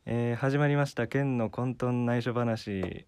始まりましたケンの混沌内緒話、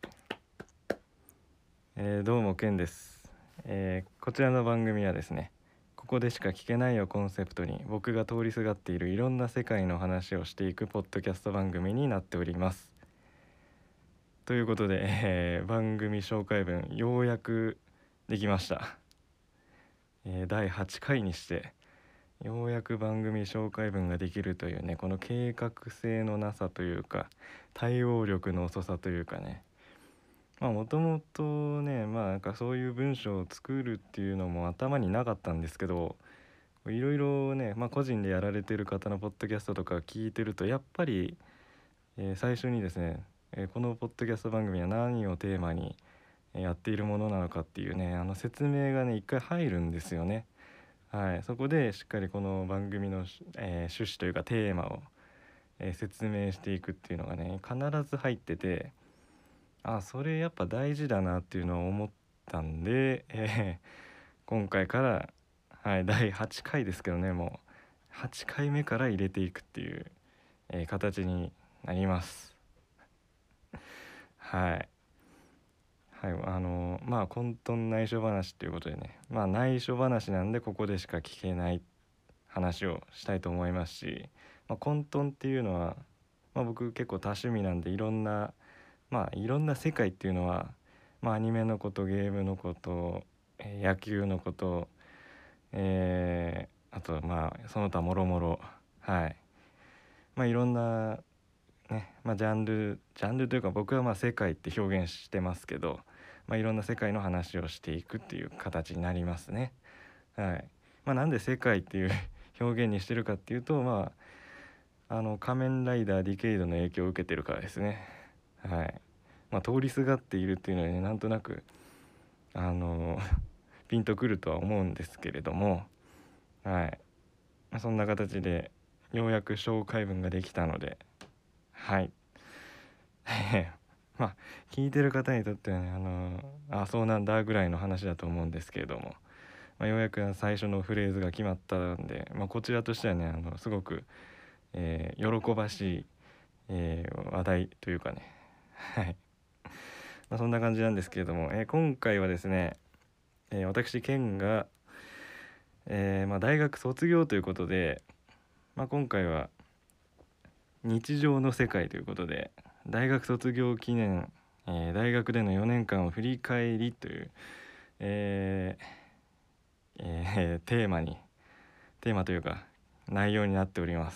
どうもケンです。こちらの番組はですね、ここでしか聞けないをコンセプトに僕が通りすがっているいろんな世界の話をしていくポッドキャスト番組になっております。ということで、番組紹介文ようやくできました。第8回にしてようやく番組紹介文ができるというね、この計画性のなさというか対応力の遅さというかね、もともとね、なんかそういう文章を作るっていうのも頭になかったんですけど、いろいろね、個人でやられてる方のポッドキャストとか聞いてるとやっぱり、最初にですね、このポッドキャスト番組は何をテーマにやっているものなのかっていうね、説明がね一回入るんですよね。はい、そこでしっかりこの番組の、趣旨というかテーマを、説明していくっていうのがね必ず入ってて、それやっぱ大事だなっていうのを思ったんで、今回から、はい、第8回ですけどね、もう8回目から入れていくっていう、形になります。はい。はい、混沌内緒話っていうことでね、内緒話なんでここでしか聞けない話をしたいと思いますし、混沌っていうのは、僕結構多趣味なんでいろんな世界っていうのは、アニメのこと、ゲームのこと、野球のこと、あとその他もろもろ、はい、いろんなね、ジャンルというか僕は世界って表現してますけど、いろんな世界の話をしていくっていう形になりますね。はい。なんで世界っていう表現にしてるかっていうと、仮面ライダーディケイドの影響を受けてるからですね。はい。通りすがっているっていうのはね、なんとなくあのピンとくるとは思うんですけれども、はい。そんな形でようやく紹介文ができたので、はい。聞いてる方にとってはね、そうなんだぐらいの話だと思うんですけれども、ようやく最初のフレーズが決まったんで、こちらとしてはね、すごく、喜ばしい、話題というかね、はい。そんな感じなんですけれども、今回はですね、私ケンが、大学卒業ということで、今回は日常の世界ということで大学卒業記念、大学での4年間を振り返りという、えテーマというか内容になっております。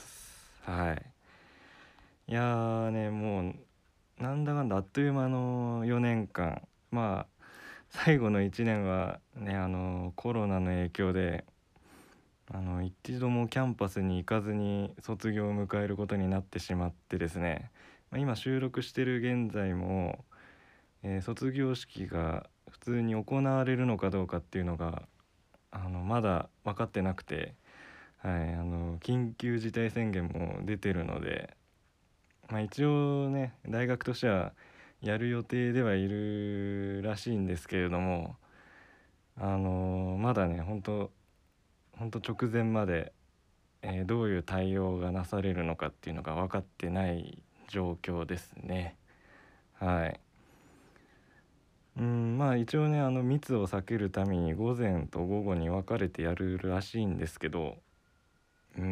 はい。いやーね、もうなんだかんだあっという間の4年間、最後の1年はね、コロナの影響で一度もキャンパスに行かずに卒業を迎えることになってしまってですね、今収録してる現在も、卒業式が普通に行われるのかどうかっていうのがまだ分かってなくて、はい、緊急事態宣言も出てるので、一応ね大学としてはやる予定ではいるらしいんですけれども、まだねほんと直前までどういう対応がなされるのかっていうのが分かってない状況ですね。はい。一応ね密を避けるために午前と午後に分かれてやるらしいんですけど、うん、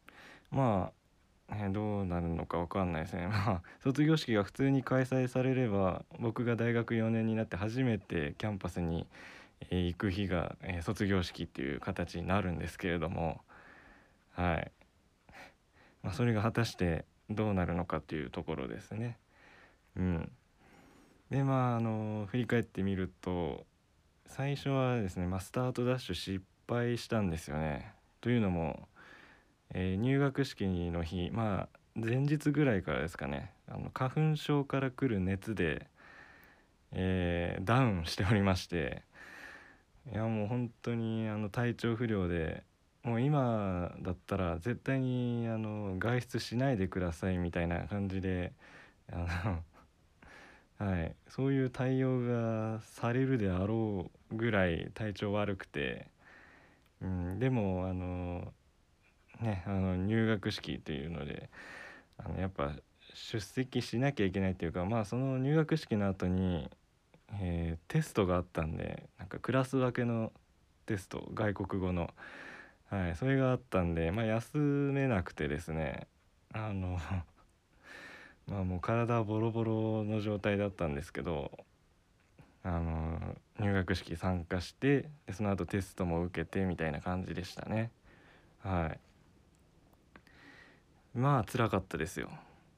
どうなるのか分かんないですね。卒業式が普通に開催されれば僕が大学4年になって初めてキャンパスに行く日が、卒業式っていう形になるんですけれども、はい。それが果たしてどうなるのかっていうところですね。うん。で振り返ってみると最初はですね、スタートダッシュ失敗したんですよね。というのも、入学式の日、前日ぐらいからですかね、花粉症から来る熱で、ダウンしておりまして、いやもう本当に体調不良で、もう今だったら絶対に外出しないでくださいみたいな感じであはい、そういう対応がされるであろうぐらい体調悪くて、でも入学式というのでやっぱ出席しなきゃいけないっていうか、その入学式の後に、テストがあったんで、なんかクラス分けのテスト、外国語の、それがあったんで、休めなくてですね、もう体はボロボロの状態だったんですけど、入学式参加して、でその後テストも受けてみたいな感じでしたね。辛かったですよ。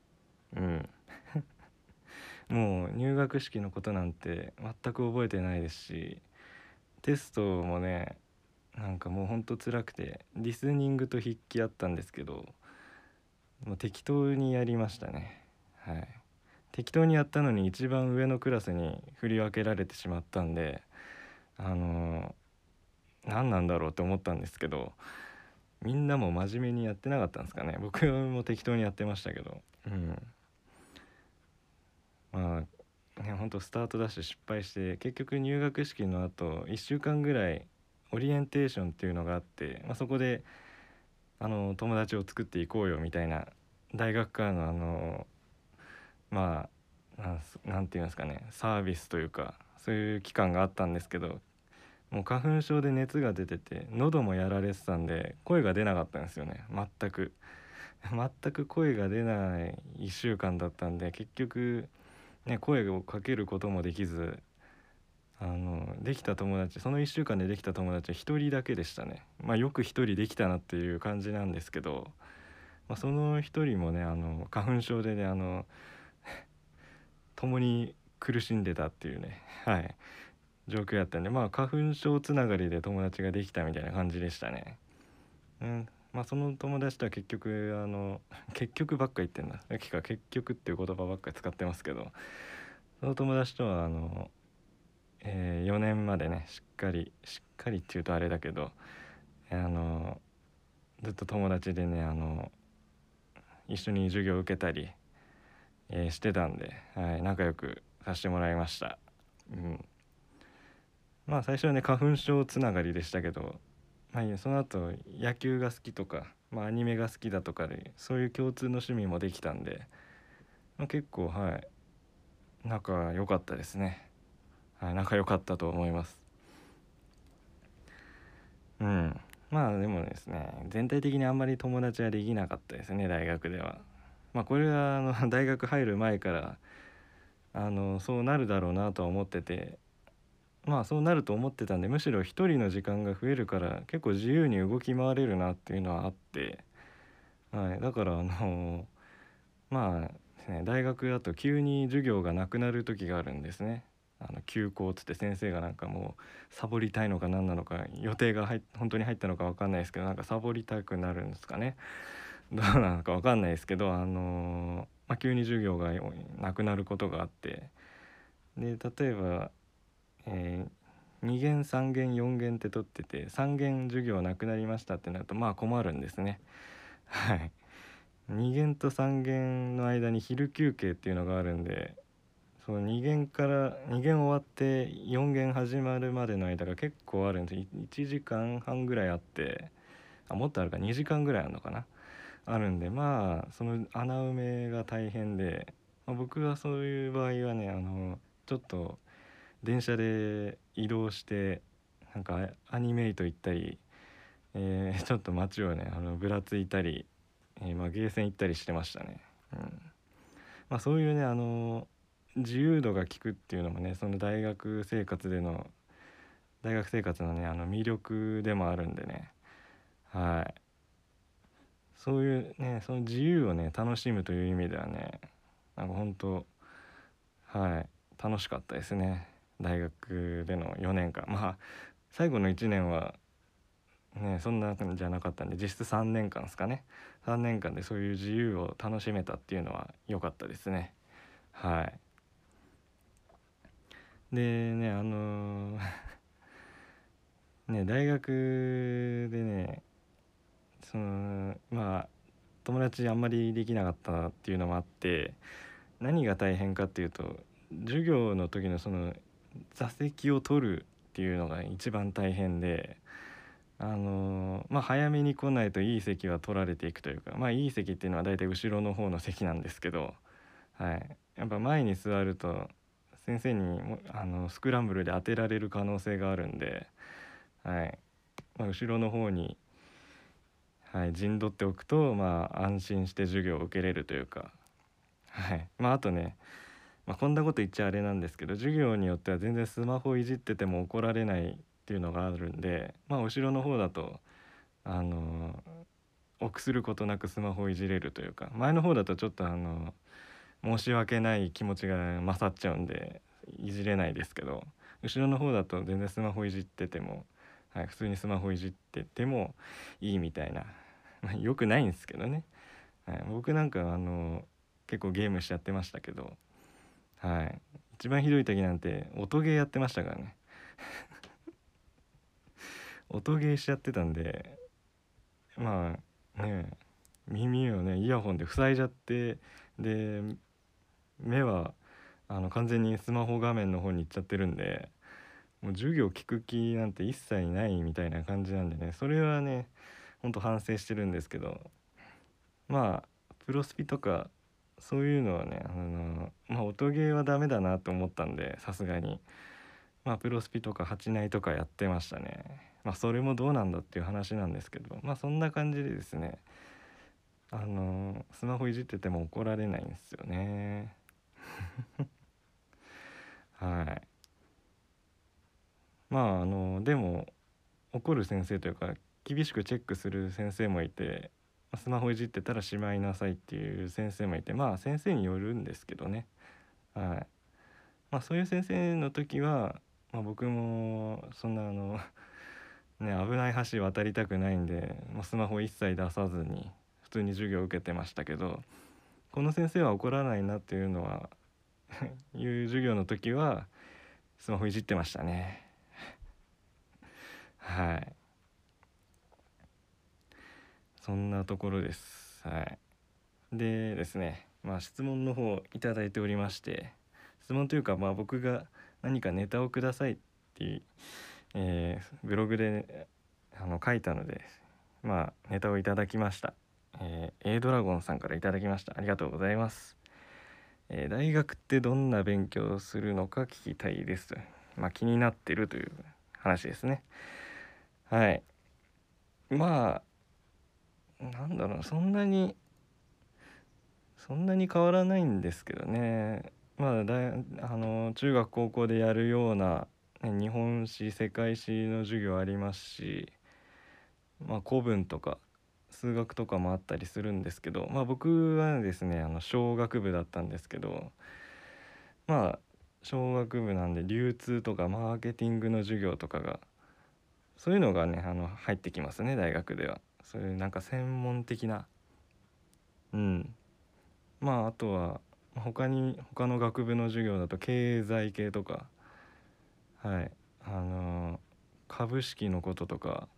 もう入学式のことなんて全く覚えてないですし、テストもね、なんかもうほんと辛くて、リスニングと筆記あったんですけど、もう適当にやりましたね。適当にやったのに一番上のクラスに振り分けられてしまったんで、何なんだろうって思ったんですけど、みんなも真面目にやってなかったんですかね。僕も適当にやってましたけど、ほんとスタートダッシュ失敗して、結局入学式の後1週間ぐらいオリエンテーションっていうのがあって、そこで友達を作っていこうよみたいな、大学からのなんていうんですかね、サービスというか、そういう期間があったんですけど、もう花粉症で熱が出てて喉もやられてたんで、声が出なかったんですよね。全く声が出ない1週間だったんで、結局ね、声をかけることもできず、できた友達、その1週間でできた友達は1人だけでしたね。よく1人できたなっていう感じなんですけど、その1人もね、花粉症でね、共に苦しんでたっていうね、状況やったんで、花粉症つながりで友達ができたみたいな感じでしたね。その友達とは結局結局ばっか言ってんだ、結局っていう言葉ばっかり使ってますけど、その友達とは4年までね、しっかりっていうとあれだけど、ずっと友達でね、一緒に授業を受けたり、してたんで、仲良くさせてもらいました。最初はね、花粉症つながりでしたけど、その後野球が好きとか、アニメが好きだとかで、そういう共通の趣味もできたんで、結構仲良かったですね。仲良かったと思います。でもですね、全体的にあんまり友達はできなかったですね、大学では。これは大学入る前からそうなるだろうなとは思ってて、そうなると思ってたんで、むしろ一人の時間が増えるから結構自由に動き回れるなっていうのはあって、だから大学だと急に授業がなくなる時があるんですね。休校つって、先生がなんかもうサボりたいのか何なのか、予定が本当に入ったのか分かんないですけど、なんかサボりたくなるんですかね。どうなのか分かんないですけど、急に授業がなくなることがあって、で例えば、2限3限4限って取ってて、3限授業なくなりましたってなると困るんですね。2限と3限の間に昼休憩っていうのがあるんで、その2限終わって4限始まるまでの間が結構あるんで、1時間半ぐらいあって、もっとあるか、2時間ぐらいあるのかな、あるんで、その穴埋めが大変で、僕はそういう場合はね、ちょっと電車で移動して、なんかアニメイト行ったり、ちょっと街をねぶらついたり、ゲーセン行ったりしてましたね。そういうね自由度が利くっていうのもね、その大学生活のね魅力でもあるんでね。そういうね、その自由をね楽しむという意味ではね、なんか本当楽しかったですね、大学での4年間。最後の1年はねそんなんじゃなかったんで、実質3年間ですかね。3年間でそういう自由を楽しめたっていうのは良かったですね。でねね、大学でね、友達あんまりできなかったっていうのもあって、何が大変かっていうと、授業の時のその座席を取るっていうのが一番大変で、早めに来ないといい席は取られていくというか、いい席っていうのは大体後ろの方の席なんですけど、 はい、やっぱ前に座ると先生にスクランブルで当てられる可能性があるんで、はい、後ろの方に、はい、陣取っておくと、安心して授業を受けれるというか、はい、あとね、こんなこと言っちゃあれなんですけど、授業によっては全然スマホいじってても怒られないっていうのがあるんで、後ろの方だと臆することなくスマホをいじれるというか、前の方だとちょっと申し訳ない気持ちが勝っちゃうんでいじれないですけど、後ろの方だと全然スマホいじってても、はい、普通にスマホいじっててもいいみたいな、よくないんですけどね、はい、僕なんか結構ゲームしちゃってましたけど、はい、一番ひどい時なんて音ゲーやってましたからね。音ゲーしちゃってたんで、ね、耳をねイヤホンで塞いじゃって、で目は完全にスマホ画面の方に行っちゃってるんで、もう授業聞く気なんて一切ないみたいな感じなんでね、それはねほんと反省してるんですけど、プロスピとかそういうのはね音ゲーはダメだなと思ったんで、さすがにプロスピとか8内とかやってましたね。それもどうなんだっていう話なんですけど、そんな感じでですね、スマホいじってても怒られないんですよね。はい。でも怒る先生というか厳しくチェックする先生もいて、スマホいじってたらしまいなさいっていう先生もいて、先生によるんですけどね。はい。そういう先生の時は、僕もそんなね、危ない橋渡りたくないんで、スマホ一切出さずに普通に授業を受けてましたけど、この先生は怒らないなっていうのはいう授業の時はスマホいじってましたね。はい、そんなところです。はい。でですね、質問の方いただいておりまして、質問というか僕が何かネタをくださいっていう、ブログで書いたので、ネタをいただきました。A ドラゴンさんからいただきました。ありがとうございます。大学ってどんな勉強をするのか聞きたいです。気になってるという話ですね。はい。なんだろう、そんなに変わらないんですけどね。中学高校でやるような、日本史世界史の授業ありますし、古文とか数学とかもあったりするんですけど、僕はですね小学部だったんですけど、小学部なんで流通とかマーケティングの授業とかが、そういうのがね入ってきますね、大学では。そういうなんか専門的な、あとは他の学部の授業だと経済系とか、はい、株式のこととか、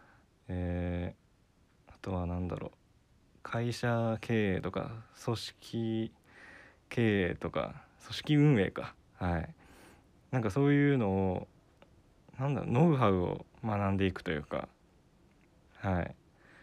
あとは何だろう、会社経営とか組織経営とか組織運営か、はい、なんかそういうのをノウハウを学んでいくというか、はい、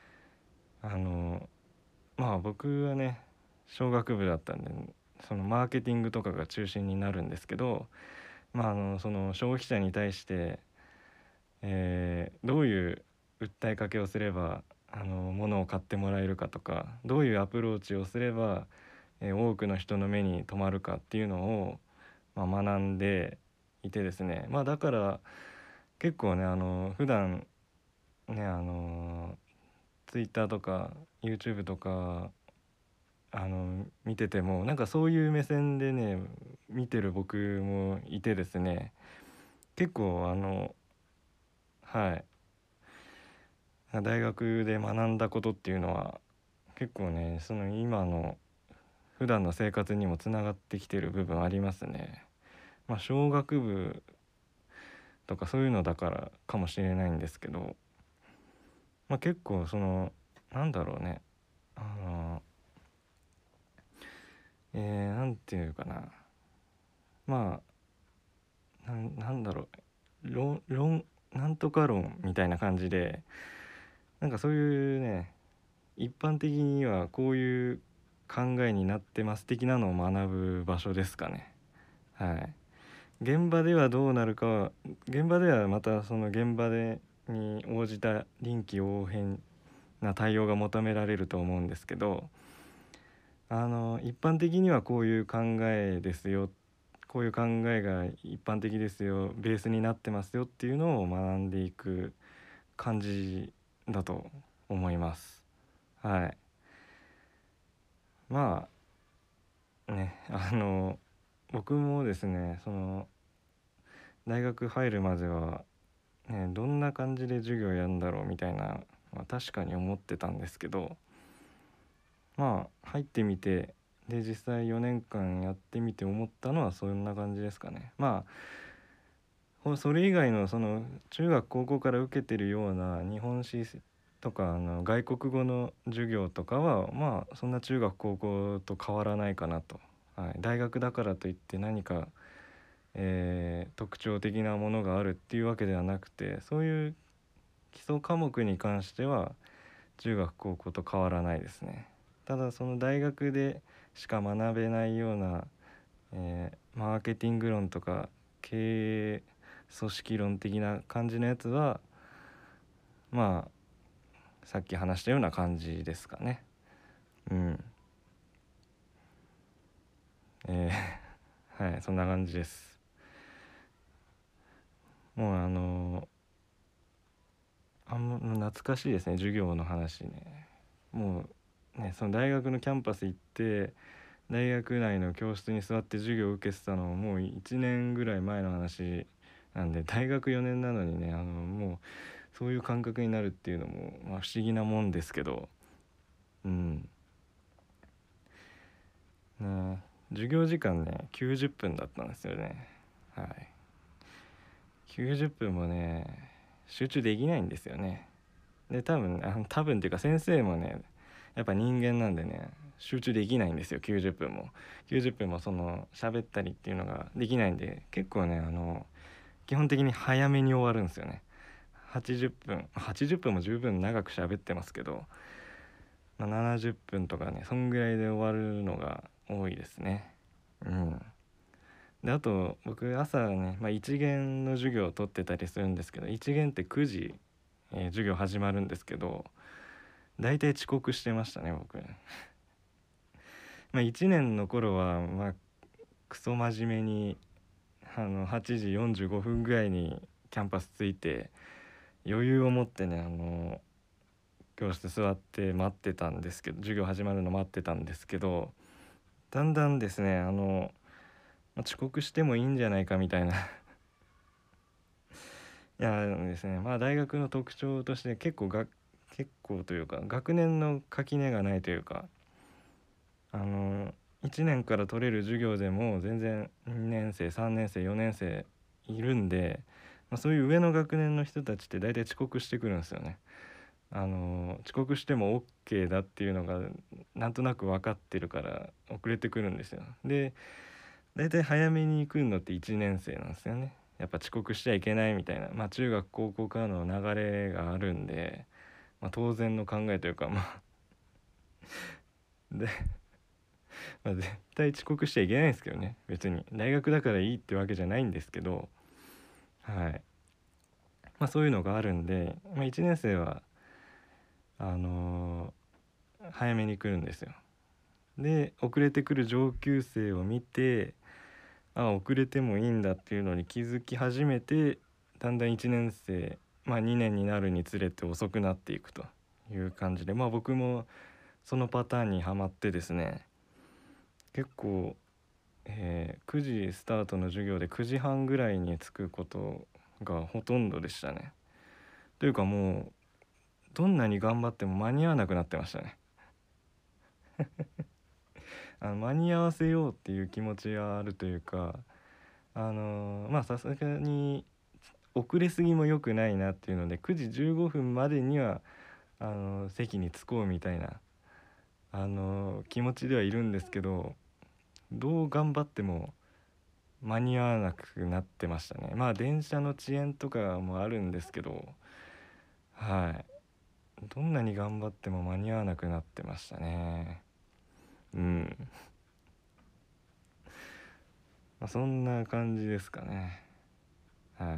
僕はね小学部だったんで、そのマーケティングとかが中心になるんですけど、その消費者に対して、どういう訴えかけをすれば物を買ってもらえるかとか、どういうアプローチをすれば、多くの人の目に留まるかっていうのを、学んでいてですね、だから結構ね普段ねTwitter とか YouTube とか見ててもなんかそういう目線でね見てる僕もいてですね、結構はい大学で学んだことっていうのは結構ねその今の普段の生活にもつながってきてる部分ありますね。小学部とかそういうのだからかもしれないんですけど、結構そのなんだろうね、あのなんていうかな、まなんだろう、なんとか論みたいな感じで、なんかそういうね一般的にはこういう考えになってます的なのを学ぶ場所ですかね。はい。現場ではどうなるかは、現場ではまたその現場に応じた臨機応変な対応が求められると思うんですけど、一般的にはこういう考えですよ、こういう考えが一般的ですよ、ベースになってますよっていうのを学んでいく感じだと思います。はい。まあね、僕もですね、大学入るまでは、ね、どんな感じで授業やるんだろうみたいな、確かに思ってたんですけど、入ってみて、で実際4年間やってみて思ったのはそんな感じですかね。それ以外のその中学高校から受けてるような日本史とか外国語の授業とかはそんな中学高校と変わらないかなと、はい、大学だからといって何か、特徴的なものがあるっていうわけではなくて、そういう基礎科目に関しては中学高校と変わらないですね。ただその大学でしか学べないような、マーケティング論とか経営組織論的な感じのやつはさっき話したような感じですかね。うん。はい、そんな感じです。もう懐かしいですね、授業の話ね。もうね、その大学のキャンパス行って大学内の教室に座って授業を受けてたのもう1年ぐらい前の話なんで、大学4年なのにね、もうそういう感覚になるっていうのも、不思議なもんですけど、うんね、授業時間ね90分だったんですよね。はい。90分もね集中できないんですよね。で多分っていうか先生もねやっぱ人間なんでね集中できないんですよ。90分もその喋ったりっていうのができないんで、結構ね基本的に早めに終わるんですよね。80分も十分長く喋ってますけど、70分とかねそんぐらいで終わるのが多いですね。うん。であと僕朝ね、一限の授業を取ってたりするんですけど、一限って9時、授業始まるんですけど、だいたい遅刻してましたね僕。1年の頃はクソ真面目に8時45分ぐらいにキャンパス着いて余裕を持ってね教室座って待ってたんですけど、授業始まるの待ってたんですけど、だんだんですね遅刻してもいいんじゃないかみたいないやですね、大学の特徴として結構というか学年の垣根がないというか、1年から取れる授業でも全然2年生3年生4年生いるんで、そういう上の学年の人たちって大体遅刻してくるんですよね。遅刻しても OK だっていうのがなんとなく分かってるから遅れてくるんですよ。で大体早めに行くのって1年生なんですよね。やっぱ遅刻しちゃいけないみたいな、中学高校からの流れがあるんで、当然の考えというかで絶対遅刻しちゃいけないんですけどね、別に大学だからいいってわけじゃないんですけど、はい。そういうのがあるんで、1年生は早めに来るんですよ。で遅れてくる上級生を見て、遅れてもいいんだっていうのに気づき始めて、だんだん1年生、2年になるにつれて遅くなっていくという感じで、僕もそのパターンにはまってですね、結構、9時スタートの授業で9時半ぐらいに着くことがほとんどでしたね。というかもうどんなに頑張っても間に合わなくなってましたね。間に合わせようっていう気持ちがあるというか、さすがに遅れすぎも良くないなっていうので9時15分までには席に着こうみたいな気持ちではいるんですけど、どう頑張っても間に合わなくなってましたね。電車の遅延とかもあるんですけど、はい、どんなに頑張っても間に合わなくなってましたね。 そんな感じですかね。はい。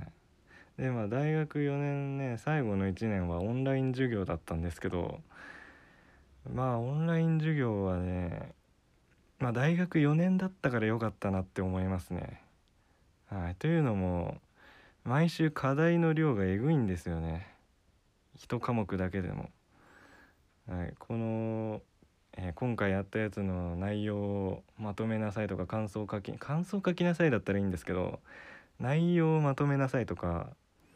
で大学4年ね、最後の1年はオンライン授業だったんですけど、オンライン授業はね、大学4年だったから良かったなって思いますね。はい。というのも毎週課題の量がえぐいんですよね、一科目だけでも。はい、この、今回やったやつの内容をまとめなさいとか、感想書きなさいだったらいいんですけど、内容をまとめなさいとか、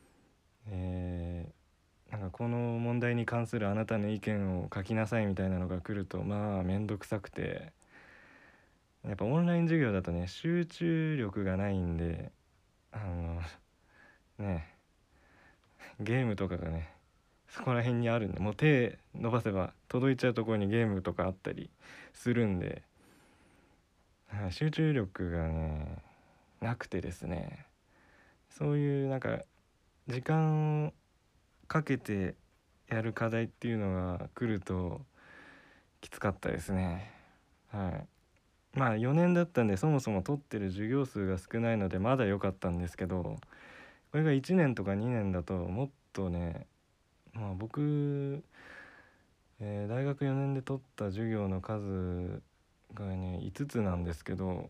なんかこの問題に関するあなたの意見を書きなさいみたいなのが来るとめんどくさくて、やっぱオンライン授業だとね、集中力がないんで、あのねゲームとかがね、そこら辺にあるんで、もう手伸ばせば届いちゃうところにゲームとかあったりするんで、はい、集中力がねなくてですね、そういうなんか時間をかけてやる課題っていうのが来るときつかったですね。はい。4年だったんで、そもそも取ってる授業数が少ないのでまだ良かったんですけど、これが1年とか2年だともっとね、僕、大学4年で取った授業の数がね5つなんですけど、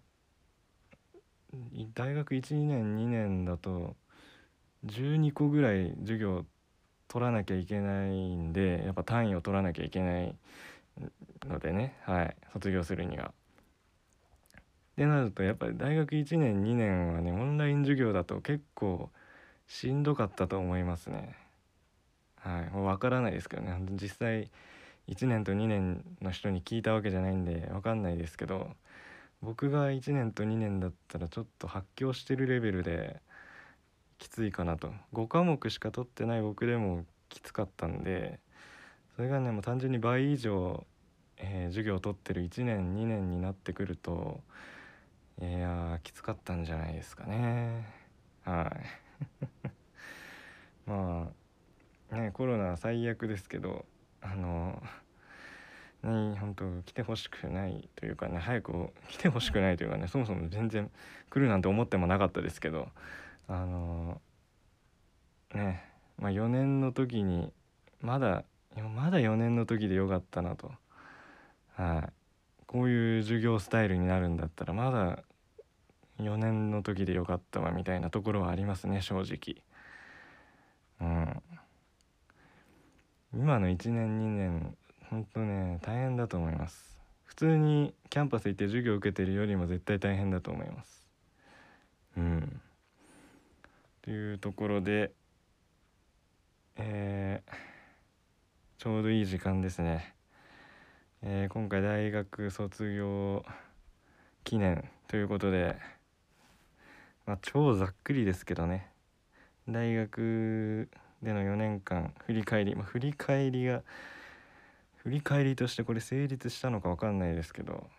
大学1、2年2年だと12個ぐらい授業取らなきゃいけないんで、やっぱ単位を取らなきゃいけないのでね、はい、卒業するには。ってなるとやっぱり大学1年2年はね、オンライン授業だと結構しんどかったと思いますね。はい、もう分からないですけどね、実際1年と2年の人に聞いたわけじゃないんで分かんないですけど、僕が1年と2年だったらちょっと発狂してるレベルできついかなと。5科目しか取ってない僕でもきつかったんで、それがねもう単純に倍以上、授業を取ってる1年2年になってくると、いやきつかったんじゃないですかね。はいコロナ最悪ですけど、本当来てほしくないというかね、早く来てほしくないというかね、そもそも全然来るなんて思ってもなかったですけど、4年の時にまだ4年の時でよかったなと。はい。こういう授業スタイルになるんだったらまだ4年の時でよかったわみたいなところはありますね、正直。今の1年2年ほんとね大変だと思います。普通にキャンパス行って授業受けてるよりも絶対大変だと思います。というところで、ちょうどいい時間ですね。今回大学卒業記念ということで、超ざっくりですけどね、大学での4年間振り返り、振り返りとしてこれ成立したのか分かんないですけど、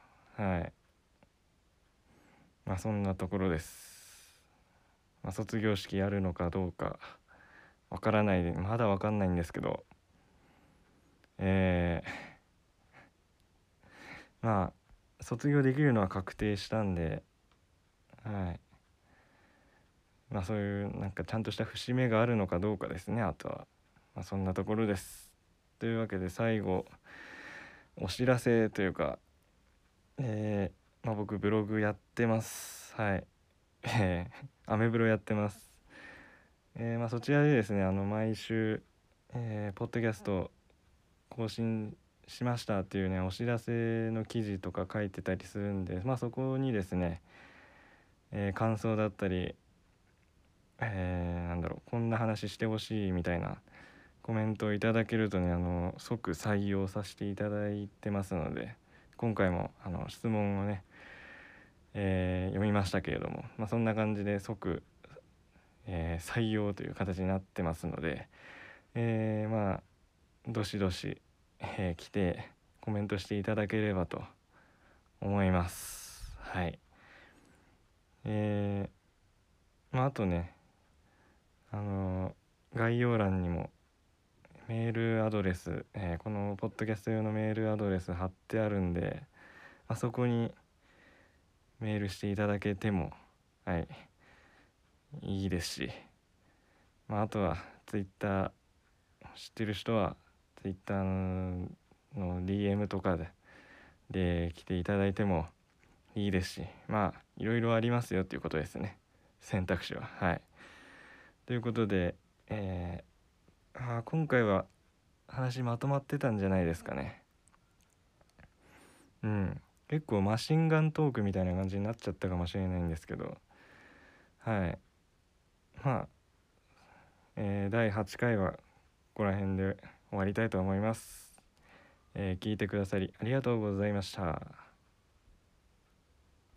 そんなところです。卒業式やるのかどうか分からないで、まだ分かんないんですけど、卒業できるのは確定したんで、そういうなんかちゃんとした節目があるのかどうかですね、あとは。そんなところです。というわけで最後お知らせというか、僕ブログやってます。はい。アメブロやってます。そちらでですね、毎週、ポッドキャスト更新しましたっていうね、お知らせの記事とか書いてたりするんで、そこにですね、感想だったり、こんな話してほしいみたいなコメントをいただけるとね、即採用させていただいてますので、今回も質問をね、読みましたけれども、そんな感じで即、採用という形になってますので、どしどし、来てコメントしていただければと思います。はい。あとね、概要欄にもメールアドレス、このポッドキャスト用のメールアドレス貼ってあるんで、 そこにメールしていただけてもいいですし、あとはツイッター知ってる人はツイッターの DM とかで来ていただいてもいいですし、いろいろありますよっていうことですね、選択肢は。ということで、今回は話まとまってたんじゃないですかね。結構マシンガントークみたいな感じになっちゃったかもしれないんですけど、まあ、第8回はここら辺で終わりたいと思います。聞いてくださりありがとうございました。